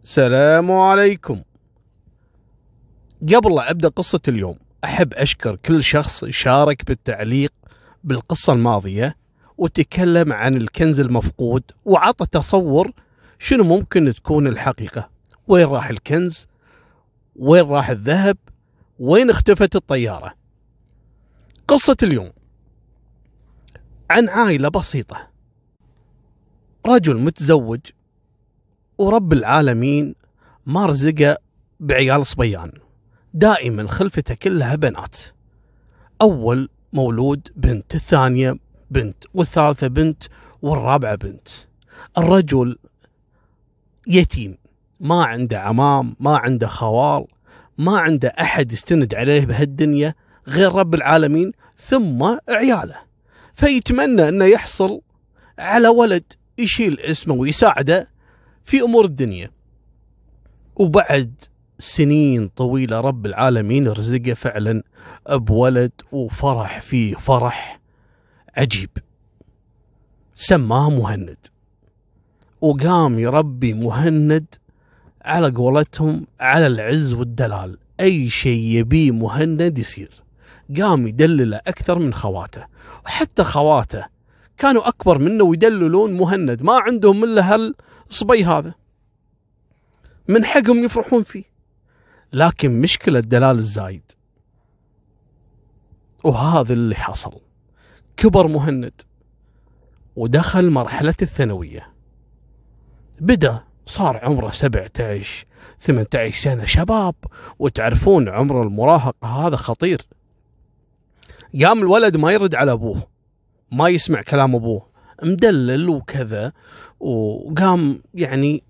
السلام عليكم. قبل لا أبدأ قصة اليوم أحب أشكر كل شخص شارك بالتعليق بالقصة الماضية وتكلم عن الكنز المفقود وعطى تصور شنو ممكن تكون الحقيقة. وين راح الكنز؟ وين راح الذهب؟ وين اختفت الطيارة؟ قصة اليوم عن عائلة بسيطة، رجل متزوج ورب العالمين ما رزقه بعيال صبيان، دائما خلفته كلها بنات. أول مولود بنت، الثانية بنت، والثالثة بنت، والرابعة بنت. الرجل يتيم، ما عنده عمام، ما عنده خوال، ما عنده أحد يستند عليه بهالدنيا غير رب العالمين ثم عياله، فيتمنى أنه يحصل على ولد يشيل اسمه ويساعده في أمور الدنيا. وبعد سنين طويلة رب العالمين رزقه فعلا بولد، وفرح فيه فرح عجيب، سماه مهند. وقام يربي مهند على قولتهم على العز والدلال، أي شيء يبيه مهند يصير. قام يدلله أكثر من خواته، وحتى خواته كانوا أكبر منه ويدللون مهند، ما عندهم إلا هالصبي هذا، من حقهم يفرحون فيه. لكن مشكلة الدلال الزايد، وهذا اللي حصل. كبر مهند ودخل مرحلة الثانوية، بدأ صار عمره 17 18 سنة، شباب، وتعرفون عمر المراهقة هذا خطير. قام الولد ما يرد على أبوه، ما يسمع كلام أبوه، مدلل وكذا، وقام يعني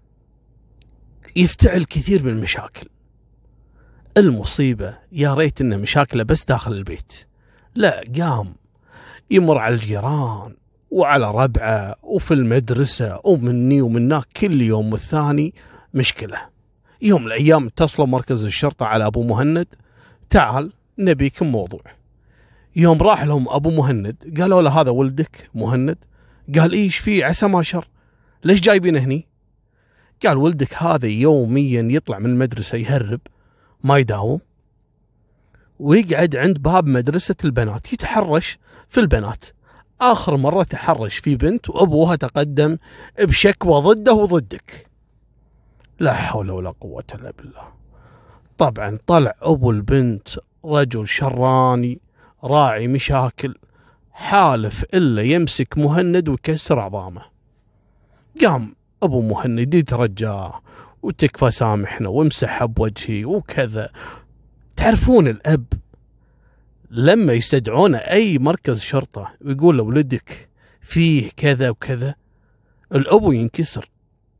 يفتعل كثير من المشاكل. المصيبة يا ريت إن مشاكله بس داخل البيت، لا، قام يمر على الجيران وعلى ربعه وفي المدرسة ومني ومناك، كل يوم والثاني مشكلة. يوم من الأيام اتصلوا مركز الشرطة على أبو مهند، تعال نبيك موضوع. يوم راح لهم أبو مهند قالوا له هذا ولدك مهند؟ قال إيش فيه عسى ما شر، ليش جايبينه هني؟ قال ولدك هذا يوميا يطلع من المدرسة يهرب، ما يداوم، ويقعد عند باب مدرسة البنات يتحرش في البنات. آخر مرة تحرش في بنت وأبوها تقدم بشكوى ضده وضدك. لا حول ولا قوة إلا بالله. طبعا طلع أبو البنت رجل شراني راعي مشاكل، حالف إلا يمسك مهند ويكسر عظامه. قام أبو مهند يترجاه وتكفى سامحنا وامسح بوجهي وكذا. تعرفون الأب لما يستدعون أي مركز شرطة ويقول لولدك فيه كذا وكذا، الأبو ينكسر.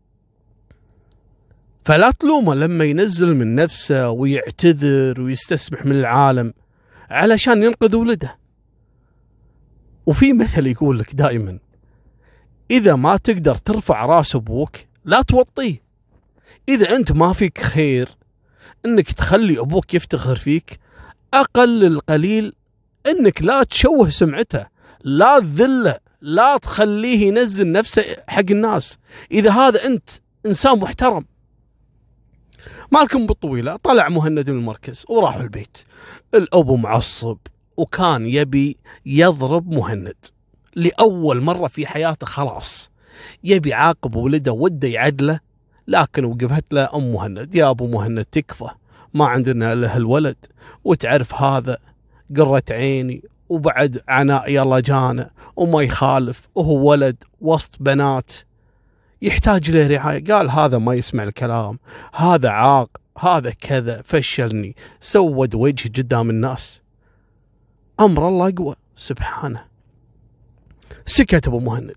فلا تلومه لما ينزل من نفسه ويعتذر ويستسمح من العالم علشان ينقذ ولده. وفي مثل يقول لك دائما، إذا ما تقدر ترفع راس أبوك لا توطيه. إذا أنت ما فيك خير أنك تخلي أبوك يفتخر فيك، أقل القليل أنك لا تشوه سمعته، لا تذله، لا تخليه ينزل نفسه حق الناس. إذا هذا أنت إنسان محترم. مالكم بالطويلة، طلع مهند من المركز وراحوا البيت. الأبو معصب وكان يبي يضرب مهند لأول مرة في حياته، خلاص يبي عاقب ولده وده يعدله. لكن وقفت له أم مهند، يا أبو مهند تكفى، ما عندنا إلا الولد، وتعرف هذا قرة عيني، وبعد عناء يلا جانا، وما يخالف، وهو ولد وسط بنات يحتاج له رعاية. قال هذا ما يسمع الكلام، هذا عاق، هذا كذا، فشلني، سود وجه قدام الناس. أمر الله أقوى سبحانه. سكت أبو مهند،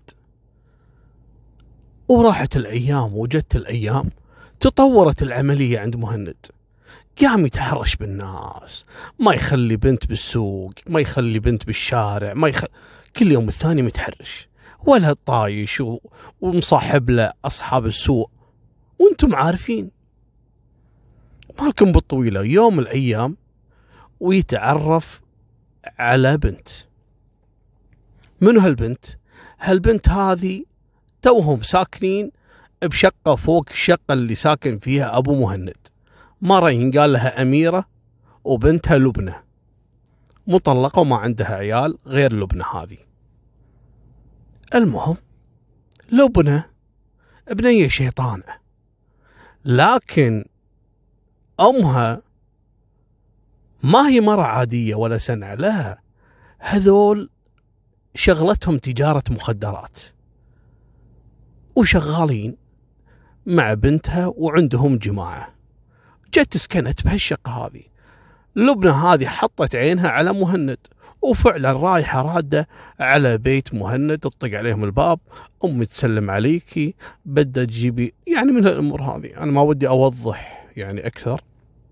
وراحت الأيام وجدت الأيام، تطورت العملية عند مهند. قام يتحرش بالناس، ما يخلي بنت بالسوق، ما يخلي بنت بالشارع، كل يوم الثاني متحرش، ولا طايش ومصاحب له أصحاب السوء. وانتم عارفين مالكم بالطويلة. يوم من الأيام ويتعرف على بنت. منو هالبنت؟ هالبنت هذه توهم ساكنين بشقة فوق الشقة اللي ساكن فيها أبو مهند. مرة قال لها أميرة وبنتها لبنى، مطلقة وما عندها عيال غير لبنى هذه. المهم لبنى بنية شيطانة، لكن أمها ما هي مرة عادية ولا سنة، لا، هذول شغلتهم تجارة مخدرات وشغالين مع بنتها وعندهم جماعة. جت سكنت بهالشقة هذه. لبنى هذه حطت عينها على مهند، وفعلا رايحة رادة على بيت مهند، تطق عليهم الباب، أمي تسلم عليكي، بدها تجيبي، يعني من هالأمور هذه. أنا ما ودي أوضح يعني أكثر.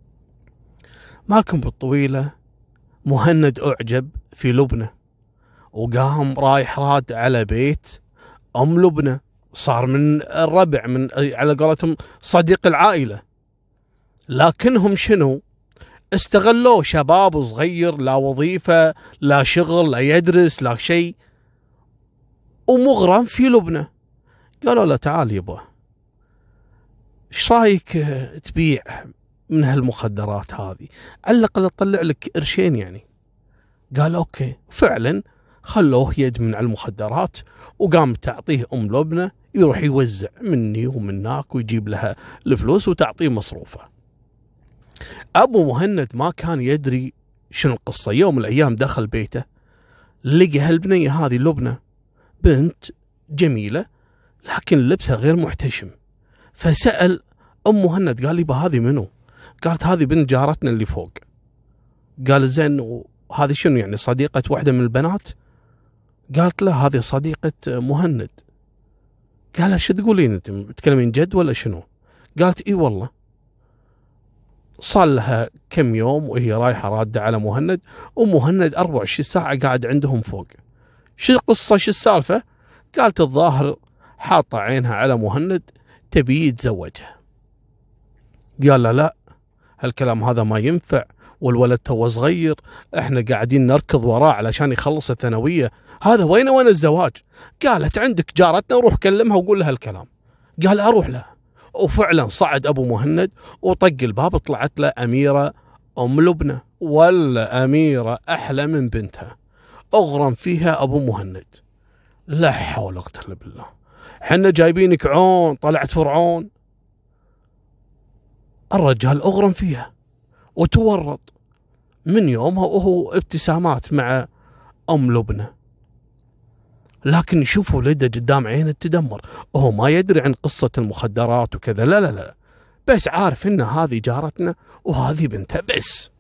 ماكم بالطويلة مهند أعجب في لبنى، وقام رايح راد على بيت أم لبنى، صار من الربع، من على قولتهم صديق العائلة. لكنهم شنو؟ استغلوه، شباب صغير، لا وظيفة لا شغل لا يدرس لا شيء، ومغرم في لبنى. قالوا له تعال يبا، ايش رايك تبيع من هالمخدرات هذه، على الأقل تطلع لك قرشين يعني. قال اوكي. فعلا خلوه يدمن على المخدرات، وقام تعطيه ام لبنى يروح يوزع مني ومناك ويجيب لها الفلوس وتعطيه مصروفه. ابو مهند ما كان يدري شنو القصه. يوم من الايام دخل بيته، لقى هالبنيه هذه لبنى، بنت جميله لكن لبسها غير محتشم. فسأل ام مهند، قال لي هذه منو؟ قالت هذه بنت جارتنا اللي فوق. قال زين، وهذه شنو يعني، صديقة واحدة من البنات؟ قالت له هذه صديقة مهند. قال شو تقولين انت، تتكلمين جد ولا شنو؟ قالت اي والله. صار لها كم يوم وهي رايحة رادة على مهند، ومهند 24 ساعة قاعد عندهم فوق. شو القصة، شو السالفة؟ قالت الظاهر حاطة عينها على مهند، تبي يتزوجها. قال لا لا، هالكلام هذا ما ينفع، والولد تو صغير، احنا قاعدين نركض وراه علشان يخلص الثانوية، هذا وين الزواج؟ قالت عندك جارتنا، روح كلمها وقول لها الكلام. قال اروح لها. وفعلا صعد ابو مهند وطق الباب، طلعت له اميرة ام لبنى، ولا اميرة احلى من بنتها، اغرم فيها ابو مهند. لا حول ولا قوة الا بالله، حنا جايبينك عون، طلعت فرعون. الرجال اغرم فيها وتورط. من يومها وهو ابتسامات مع ام لبنى، لكن يشوف ولده قدام عينه تدمر. وهو ما يدري عن قصة المخدرات وكذا، لا لا لا، بس عارف ان هذه جارتنا وهذه بنتها بس.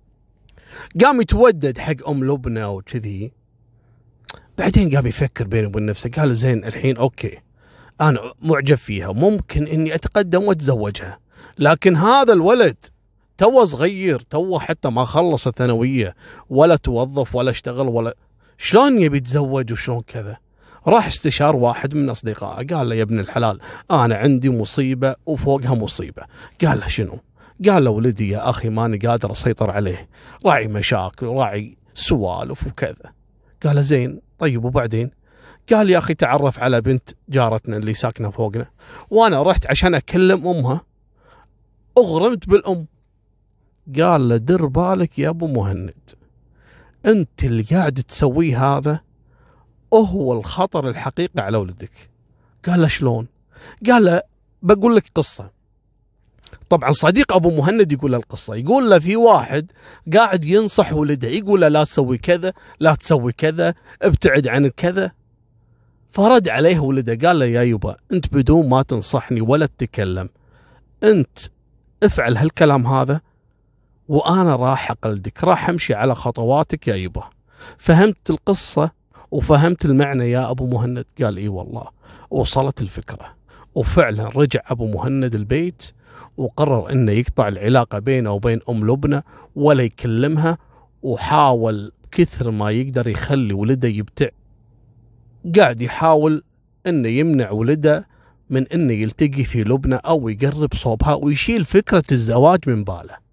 قام يتودد حق ام لبنى وكذي. بعدين قام يفكر بينه وبين نفسه، قال زين الحين اوكي، انا معجب فيها، ممكن اني اتقدم واتزوجها، لكن هذا الولد تو صغير، تو حتى ما خلص الثانوية ولا توظف ولا اشتغل ولا شلون يبي يتزوج وشلون كذا. راح استشار واحد من أصدقائه، قال له يا ابن الحلال أنا عندي مصيبة وفوقها مصيبة. قال له شنو؟ قال له ولدي يا أخي ماني قادر أسيطر عليه، راعي مشاكل وراعي سوالف وكذا. قال له زين طيب وبعدين؟ قال يا أخي تعرف على بنت جارتنا اللي ساكنة فوقنا، وأنا رحت عشان أكلم أمها أغرمت بالأم. قال له دير بالك يا أبو مهند، أنت اللي قاعد تسويه هذا هو الخطر الحقيقي على ولدك. قال له شلون؟ قال له بقول لك قصة. طبعا صديق أبو مهند يقول له القصة، يقول له في واحد قاعد ينصح ولده، يقول له لا تسوي كذا لا تسوي كذا، ابتعد عن كذا. فرد عليه ولده قال له يا يبا أنت بدون ما تنصحني ولا تتكلم، أنت افعل هالكلام هذا وأنا راح أقلدك، راح أمشي على خطواتك يا يبا. فهمت القصة وفهمت المعنى يا أبو مهند؟ قال إي والله. وصلت الفكرة، وفعلا رجع أبو مهند البيت وقرر أنه يقطع العلاقة بينه وبين أم لبنى ولا يكلمها، وحاول كثر ما يقدر يخلي ولده يبتع. قاعد يحاول أنه يمنع ولده من أنه يلتقي في لبنى أو يقرب صوبها ويشيل فكرة الزواج من باله.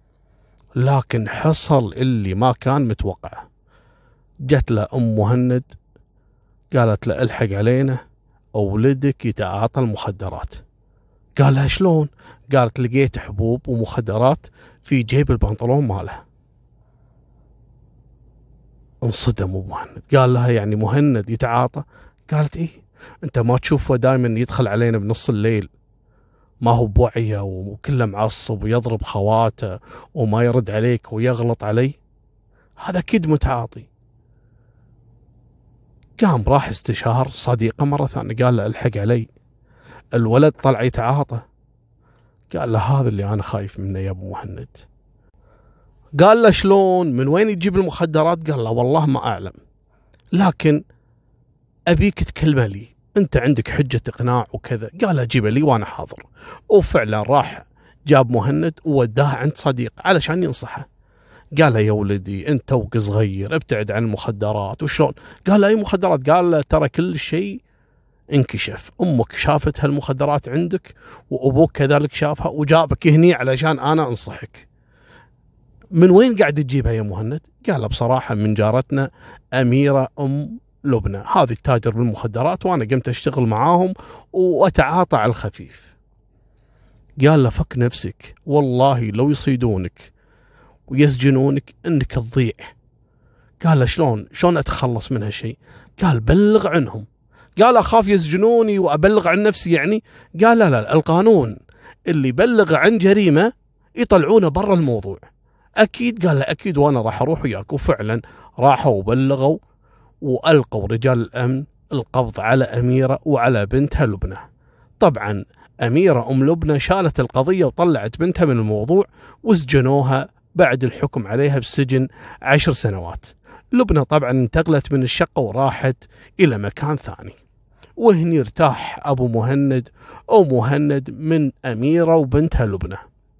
لكن حصل اللي ما كان متوقعه. جت له أم مهند قالت له الحق علينا، ولدك يتعاطى المخدرات. قال لها شلون؟ قالت لقيت حبوب ومخدرات في جيب البنطلون ماله. انصدم ابو مهند، قال لها يعني مهند يتعاطى؟ قالت ايه، انت ما تشوفه دائما يدخل علينا بنص الليل، ما هو بوعيه وكله معصب ويضرب خواته وما يرد عليك ويغلط علي، هذا اكيد متعاطي. قام راح استشار صديقه مرة ثانية، قال له الحق علي، الولد طلع يتعاطى. قال له هذا اللي أنا خايف منه يا أبو مهند. قال له شلون؟ من وين يجيب المخدرات؟ قال له والله ما أعلم، لكن أبيك تكلمه لي، أنت عندك حجة إقناع وكذا. قال له جيبه لي وأنا حاضر. وفعلا راح جاب مهند ووداه عند صديق علشان ينصحه. قال له يا ولدي أنت توك صغير، ابتعد عن المخدرات. وشلون؟ قال له أي مخدرات؟ قال له ترى كل شيء انكشف، أمك شافت هالمخدرات عندك وأبوك كذلك شافها وجابك هني علشان أنا أنصحك. من وين قاعد تجيبها يا مهند؟ قال له بصراحة من جارتنا أميرة أم لبنى، هذه التاجر بالمخدرات وأنا قمت أشتغل معاهم وأتعاطى على الخفيف. قال له فك نفسك، والله لو يصيدونك ويسجنونك انك تضيع. قال له شلون اتخلص من هالشيء؟ قال بلغ عنهم. قال اخاف يسجنوني وابلغ عن نفسي يعني؟ قال لا القانون اللي يبلغ عن جريمه يطلعونه برا الموضوع. اكيد. قال له اكيد وانا راح اروح وياك. وفعلا راحوا وبلغوا والقوا رجال الامن القبض على اميره وعلى بنتها لبنى. طبعا اميره ام لبنى شالت القضيه وطلعت بنتها من الموضوع وسجنوها بعد الحكم عليها بالسجن 10 سنوات. لبنى طبعا انتقلت من الشقة وراحت إلى مكان ثاني، وهني ارتاح أبو مهند ومهند من أميرة وبنتها لبنى.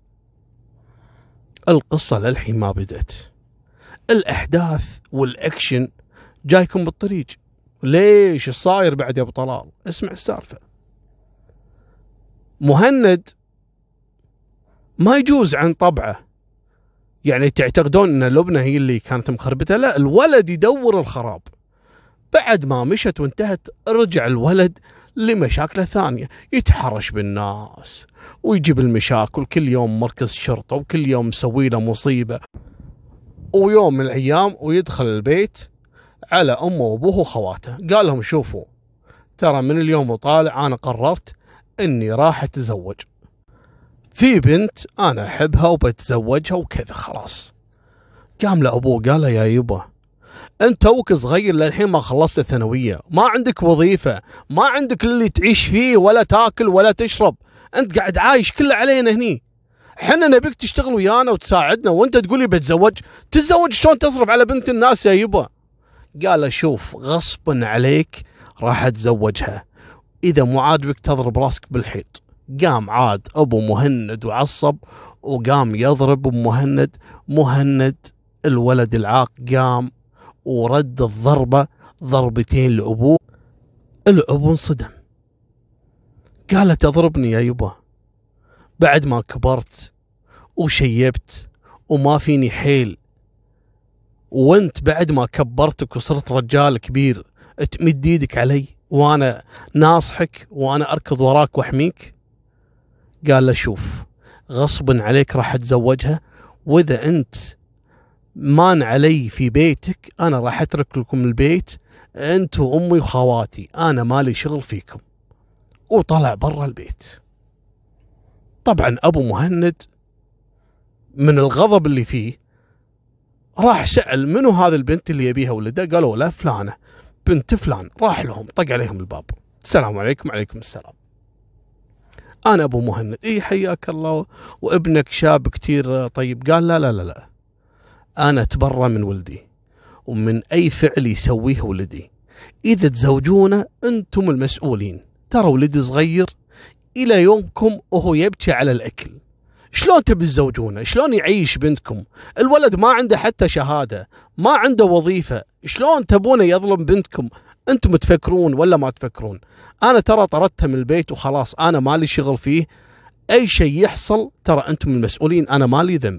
القصة للحين ما بدأت، الأحداث والأكشن جايكم بالطريق. ليش صاير بعد يا أبو طلال؟ اسمع السالفة. مهند ما يجوز عن طبعه، يعني تعتقدون ان لبنى هي اللي كانت مخربته؟ لا، الولد يدور الخراب. بعد ما مشت وانتهت رجع الولد لمشاكله ثانية، يتحرش بالناس ويجيب المشاكل، كل يوم مركز شرطة وكل يوم مسوي له مصيبة. ويوم من الايام ويدخل البيت على امه وابوه وخواته، قال لهم شوفوا ترى من اليوم وطالع انا قررت اني راح اتزوج في بنت أنا أحبها وبتزوجها وكذا خلاص. قام لأبوه قال له يا يبا أنت توك صغير للحين ما خلصت الثانوية، ما عندك وظيفة، ما عندك اللي تعيش فيه ولا تاكل ولا تشرب، أنت قاعد عايش كله علينا هني، حنا نبيك تشتغل ويانا وتساعدنا وأنت تقولي بتزوج؟ تتزوج شلون تصرف على بنت الناس يا يبا؟ قال له شوف غصبا عليك راح أتزوجها، إذا مو عاجبك تضرب راسك بالحيط. قام عاد أبو مهند وعصب وقام يضرب أبو مهند. مهند الولد العاق قام ورد الضربة ضربتين لأبوه. الأبو انصدم، قال تضربني يا يبا بعد ما كبرت وشيبت وما فيني حيل، وانت بعد ما كبرتك وصرت رجال كبير تمد ايدك علي وانا ناصحك وانا اركض وراك واحميك؟ قال له شوف غصبا عليك راح اتزوجها، واذا انت مان علي في بيتك انا راح اترك لكم البيت انت وامي وخواتي، انا مالي شغل فيكم. وطلع برا البيت. طبعا ابو مهند من الغضب اللي فيه راح سأل منو هذا البنت اللي يبيها ولده؟ قالوا لا فلانة بنت فلان. راح لهم طق عليهم الباب، السلام عليكم. وعليكم السلام، أنا أبو مهند. إيه حياك الله وابنك شاب كتير طيب. قال لا لا لا لا، أنا أتبرى من ولدي ومن أي فعل يسويه ولدي، إذا تزوجونه أنتم المسؤولين، ترى ولدي صغير إلى يومكم وهو يبكي على الأكل، شلون تبي تزوجونه؟ شلون يعيش بنتكم؟ الولد ما عنده حتى شهادة، ما عنده وظيفة، شلون تبونه يظلم بنتكم؟ أنتم تفكرون ولا ما تفكرون؟ أنا ترى طردته من البيت وخلاص، أنا مالي شغل فيه، أي شيء يحصل ترى أنتم المسؤولين، أنا مالي ذنب.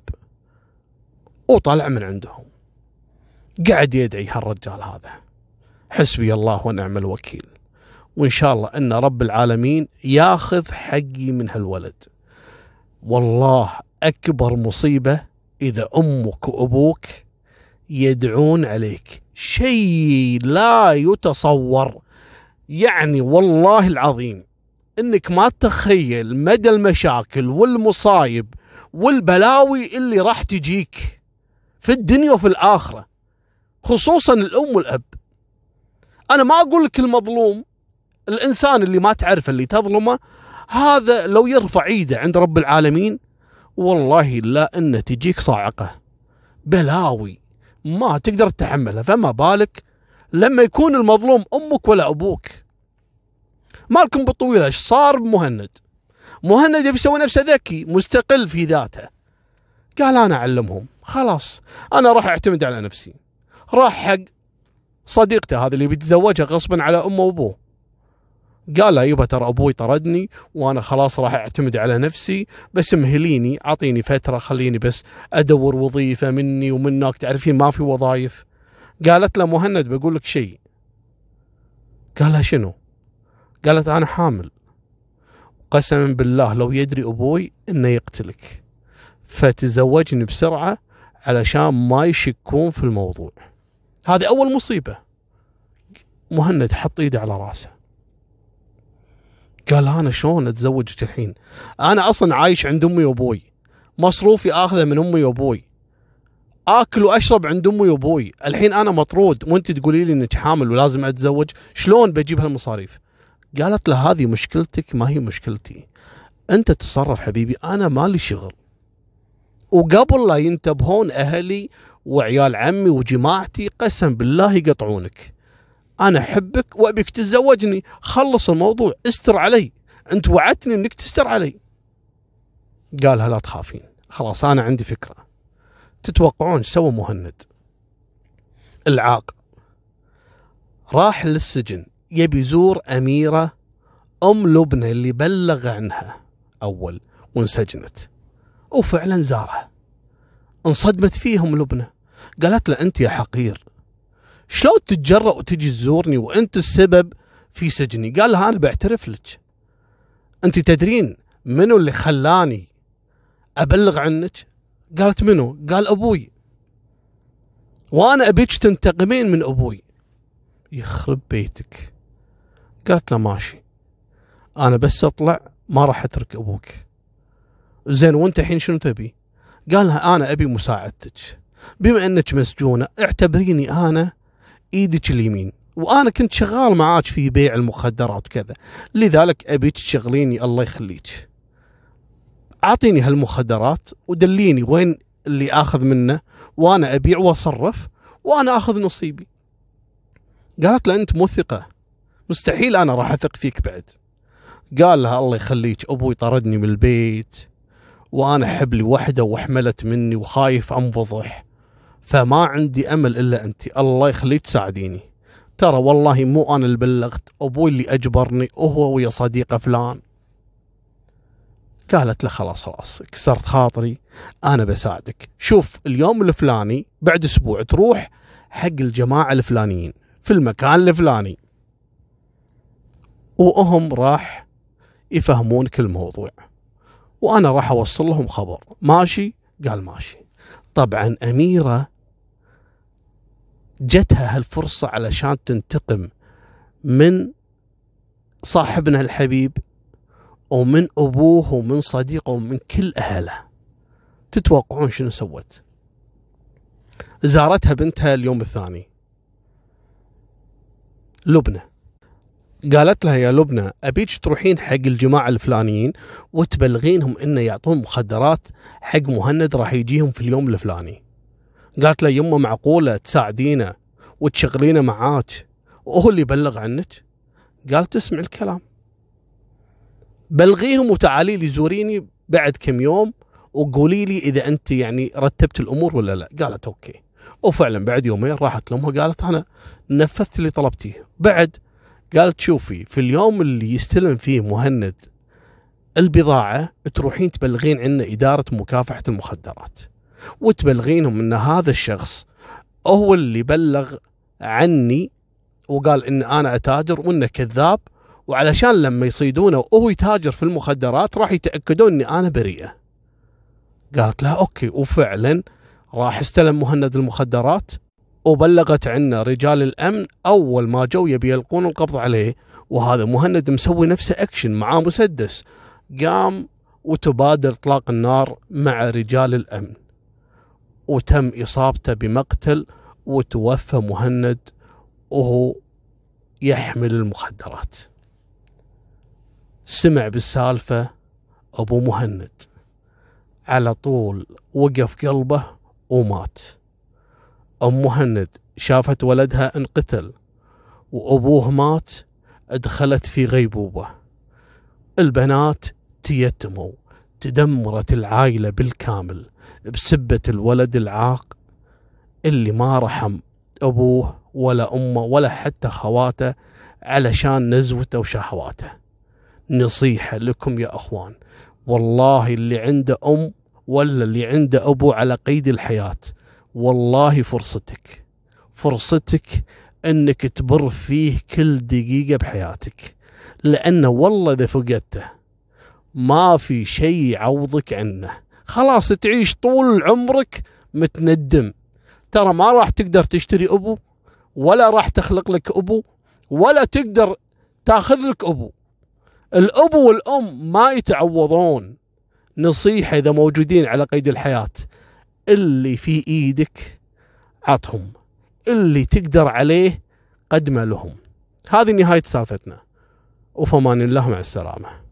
وطلع من عندهم. قاعد يدعي هالرجال هذا حسبي الله ونعم الوكيل، وإن شاء الله أن رب العالمين ياخذ حقي من هالولد. والله أكبر مصيبة إذا أمك وأبوك يدعون عليك، شيء لا يتصور. يعني والله العظيم إنك ما تتخيل مدى المشاكل والمصايب والبلاوي اللي راح تجيك في الدنيا وفي الآخرة، خصوصا الأم والأب. أنا ما أقول لك المظلوم، الإنسان اللي ما تعرفه اللي تظلمه، هذا لو يرفع ايده عند رب العالمين والله لا إن تجيك صاعقة، بلاوي ما تقدر تتحملها. فما بالك لما يكون المظلوم أمك ولا أبوك. مالكم بالطويلة ايش صار بمهند؟ مهند يبي يسوي نفسه ذكي مستقل في ذاته، قال أنا أعلمهم، خلاص أنا راح أعتمد على نفسي. راح حق صديقته هذا اللي بيتزوجها غصبا على أمه وأبوه، قال له يبا ترى أبوي طردني وأنا خلاص راح أعتمد على نفسي، بس مهليني أعطيني فترة، خليني بس أدور وظيفة مني ومنك، تعرفين ما في وظائف. قالت له مهند بقول لك شيء. قال لها شنو؟ قالت أنا حامل، قسما بالله لو يدري أبوي إنه يقتلك، فتزوجني بسرعة علشان ما يشكون في الموضوع. هذه أول مصيبة. مهند حط إيده على راسه، قال أنا شلون أتزوجك الحين؟ أنا أصلا عايش عند أمي وأبوي، مصروفي آخذه من أمي وأبوي، آكل وأشرب عند أمي وأبوي، الحين أنا مطرود وأنت تقولي لي إنك حامل ولازم أتزوج، شلون بجيب هالمصاريف؟ قالت له هذه مشكلتك ما هي مشكلتي، أنت تتصرف حبيبي، أنا مالي شغل. وقبل لا ينتبهون أهلي وعيال عمي وجماعتي قسم بالله يقطعونك. أنا أحبك وأبيك تتزوجني، خلص الموضوع، استر علي، أنت وعدتني أنك تستر علي. قالها لا تخافين، خلاص أنا عندي فكرة. تتوقعون سوى مهند؟ العاق راح للسجن يبي يزور أميرة أم لبنى اللي بلغ عنها أول وانسجنت، وفعلا زارها. انصدمت فيهم لبنى، قالت له أنت يا حقير شلون تتجرأ وتجي تزورني وأنت السبب في سجني؟ قال لها أنا بعترف لك، أنت تدرين منو اللي خلاني أبلغ عنك؟ قالت منو؟ قال أبوي، وأنا أبيك تنتقمين من أبوي. يخرب بيتك. قالت له ماشي، أنا بس أطلع ما راح أترك أبوك. زين وأنت الحين شنو تبي؟ قالها أنا أبي مساعدتك، بما أنك مسجونة اعتبريني أنا إيدك اليمين، وأنا كنت شغال معاك في بيع المخدرات وكذا، لذلك أبيك تشغليني الله يخليك. أعطيني هالمخدرات ودليني وين اللي آخذ منه وأنا أبيع وأصرف وأنا آخذ نصيبي. قالت له أنت موثقة، مستحيل أنا راح أثق فيك بعد. قال لها الله يخليك أبوي طردني من البيت وأنا حبلي وحدة وحملت مني وخايف أنفضح، فما عندي أمل إلا أنت، الله يخليك تساعديني. ترى والله مو أنا اللي بلغت، أبوي اللي أجبرني وهو ويا صديقه فلان. قالت له خلاص كسرت خاطري، أنا بساعدك. شوف اليوم الفلاني بعد أسبوع تروح حق الجماعة الفلانيين في المكان الفلاني، وهم راح يفهمونك الموضوع وأنا راح أوصل لهم خبر. ماشي؟ قال ماشي. طبعا أميرة جتها هالفرصة علشان تنتقم من صاحبنا الحبيب ومن أبوه ومن صديقه ومن كل أهله. تتوقعون شنو سوت؟ زارتها بنتها اليوم الثاني لبنى، قالت لها يا لبنى أبيك تروحين حق الجماعة الفلانيين وتبلغينهم إنه يعطون مخدرات حق مهند راح يجيهم في اليوم الفلاني. قالت له يمه معقولة تساعدينا وتشغلينا معاك وهو اللي يبلغ عنك؟ قالت اسمع الكلام، بلغيهم وتعالي لي زوريني بعد كم يوم وقولي لي إذا أنت يعني رتبت الأمور ولا لا. قالت أوكي. وفعلا بعد يومين راحت لأمها قالت أنا نفذت اللي طلبتيه. بعد قالت شوفي في اليوم اللي يستلم فيه مهند البضاعة تروحين تبلغين عنا إدارة مكافحة المخدرات وتبلغينهم أن هذا الشخص هو اللي بلغ عني وقال إن أنا أتاجر وإنه كذاب وعلشان لما يصيدونه وهو يتاجر في المخدرات راح يتأكدون أني أنا بريئة. قالت لها أوكي. وفعلا راح استلم مهند المخدرات، وبلغت عنا رجال الأمن أول ما جو يبي يلقون القبض عليه، وهذا مهند مسوي نفسه أكشن معاه مسدس، قام وتبادر إطلاق النار مع رجال الأمن، وتم إصابته بمقتل، وتوفى مهند وهو يحمل المخدرات. سمع بالسالفة أبو مهند، على طول وقف قلبه ومات. أم مهند شافت ولدها انقتل وأبوه مات، دخلت في غيبوبة. البنات تيتموا، تدمرت العائلة بالكامل بسبة الولد العاق اللي ما رحم أبوه ولا أمه ولا حتى خواته علشان نزوته وشهواته. نصيحة لكم يا أخوان، والله اللي عنده أم ولا اللي عنده أبو على قيد الحياة، والله فرصتك أنك تبر فيه كل دقيقة بحياتك، لأنه والله إذا فقدته ما في شيء يعوضك عنه. خلاص تعيش طول عمرك متندم. ترى ما راح تقدر تشتري أبو، ولا راح تخلق لك أبو، ولا تقدر تاخذ لك أبو. الأبو والأم ما يتعوضون. نصيحة إذا موجودين على قيد الحياة، اللي في إيدك عطهم، اللي تقدر عليه قدمه لهم. هذه نهاية سالفتنا، وفمان الله، مع السلامة.